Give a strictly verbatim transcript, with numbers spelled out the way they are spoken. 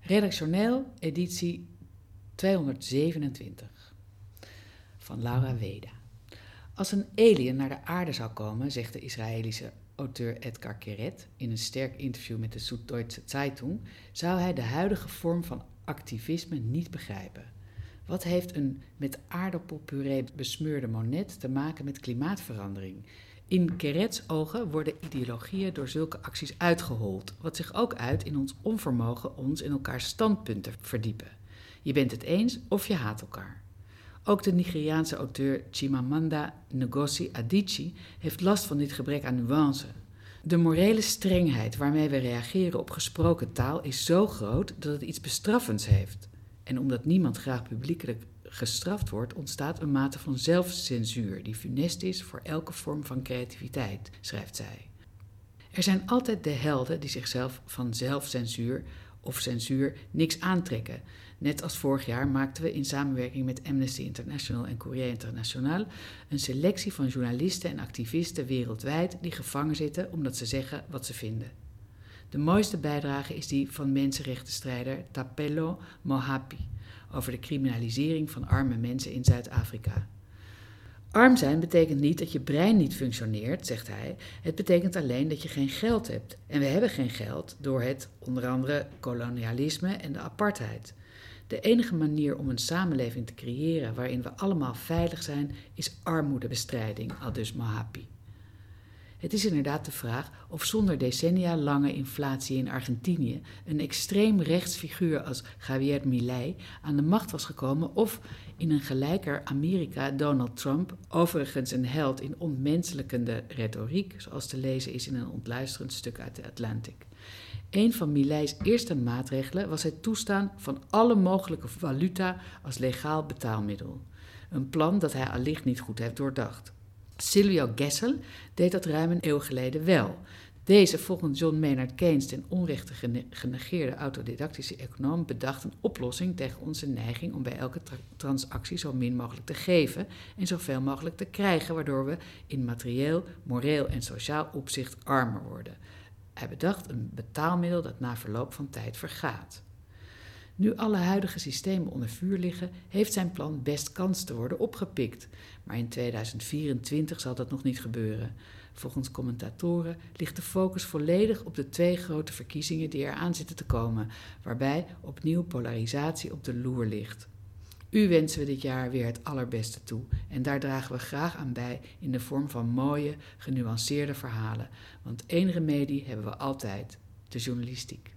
Redactioneel, editie tweehonderdzevenentwintig van Laura Weda. Als een alien naar de aarde zou komen, zegt de Israëlische auteur Edgar Keret in een sterk interview met de Süddeutsche Zeitung, zou hij de huidige vorm van activisme niet begrijpen. Wat heeft een met aardappelpuree besmeurde monet te maken met klimaatverandering? In Kerets ogen worden ideologieën door zulke acties uitgehold, wat zich ook uit in ons onvermogen ons in elkaars standpunten verdiepen. Je bent het eens of je haat elkaar. Ook de Nigeriaanse auteur Chimamanda Ngozi Adichie heeft last van dit gebrek aan nuance. De morele strengheid waarmee we reageren op gesproken taal is zo groot dat het iets bestraffends heeft. En omdat niemand graag publiekelijk gestraft wordt, ontstaat een mate van zelfcensuur die funest is voor elke vorm van creativiteit, schrijft zij. Er zijn altijd de helden die zichzelf van zelfcensuur of censuur niks aantrekken. Net als vorig jaar maakten we in samenwerking met Amnesty International en Courrier International een selectie van journalisten en activisten wereldwijd die gevangen zitten omdat ze zeggen wat ze vinden. De mooiste bijdrage is die van mensenrechtenstrijder Thapelo Mohapi over de criminalisering van arme mensen in Zuid-Afrika. Arm zijn betekent niet dat je brein niet functioneert, zegt hij. Het betekent alleen dat je geen geld hebt. En we hebben geen geld door het, onder andere, kolonialisme en de apartheid. De enige manier om een samenleving te creëren waarin we allemaal veilig zijn, is armoedebestrijding, aldus Mohapi. Het is inderdaad de vraag of zonder decennia lange inflatie in Argentinië een extreem rechtsfiguur als Javier Milei aan de macht was gekomen of in een gelijker Amerika Donald Trump, overigens een held in ontmenselijkende retoriek, zoals te lezen is in een ontluisterend stuk uit de Atlantic. Een van Milei's eerste maatregelen was het toestaan van alle mogelijke valuta als legaal betaalmiddel. Een plan dat hij allicht niet goed heeft doordacht. Silvio Gesell deed dat ruim een eeuw geleden wel. Deze, volgens John Maynard Keynes ten onrechte genegeerde autodidactische econoom, bedacht een oplossing tegen onze neiging om bij elke tra- transactie zo min mogelijk te geven en zoveel mogelijk te krijgen, waardoor we in materieel, moreel en sociaal opzicht armer worden. Hij bedacht een betaalmiddel dat na verloop van tijd vergaat. Nu alle huidige systemen onder vuur liggen, heeft zijn plan best kans te worden opgepikt. Maar in tweeduizend vierentwintig zal dat nog niet gebeuren. Volgens commentatoren ligt de focus volledig op de twee grote verkiezingen die eraan zitten te komen, waarbij opnieuw polarisatie op de loer ligt. U wensen we dit jaar weer het allerbeste toe en daar dragen we graag aan bij in de vorm van mooie, genuanceerde verhalen. Want één remedie hebben we altijd, de journalistiek.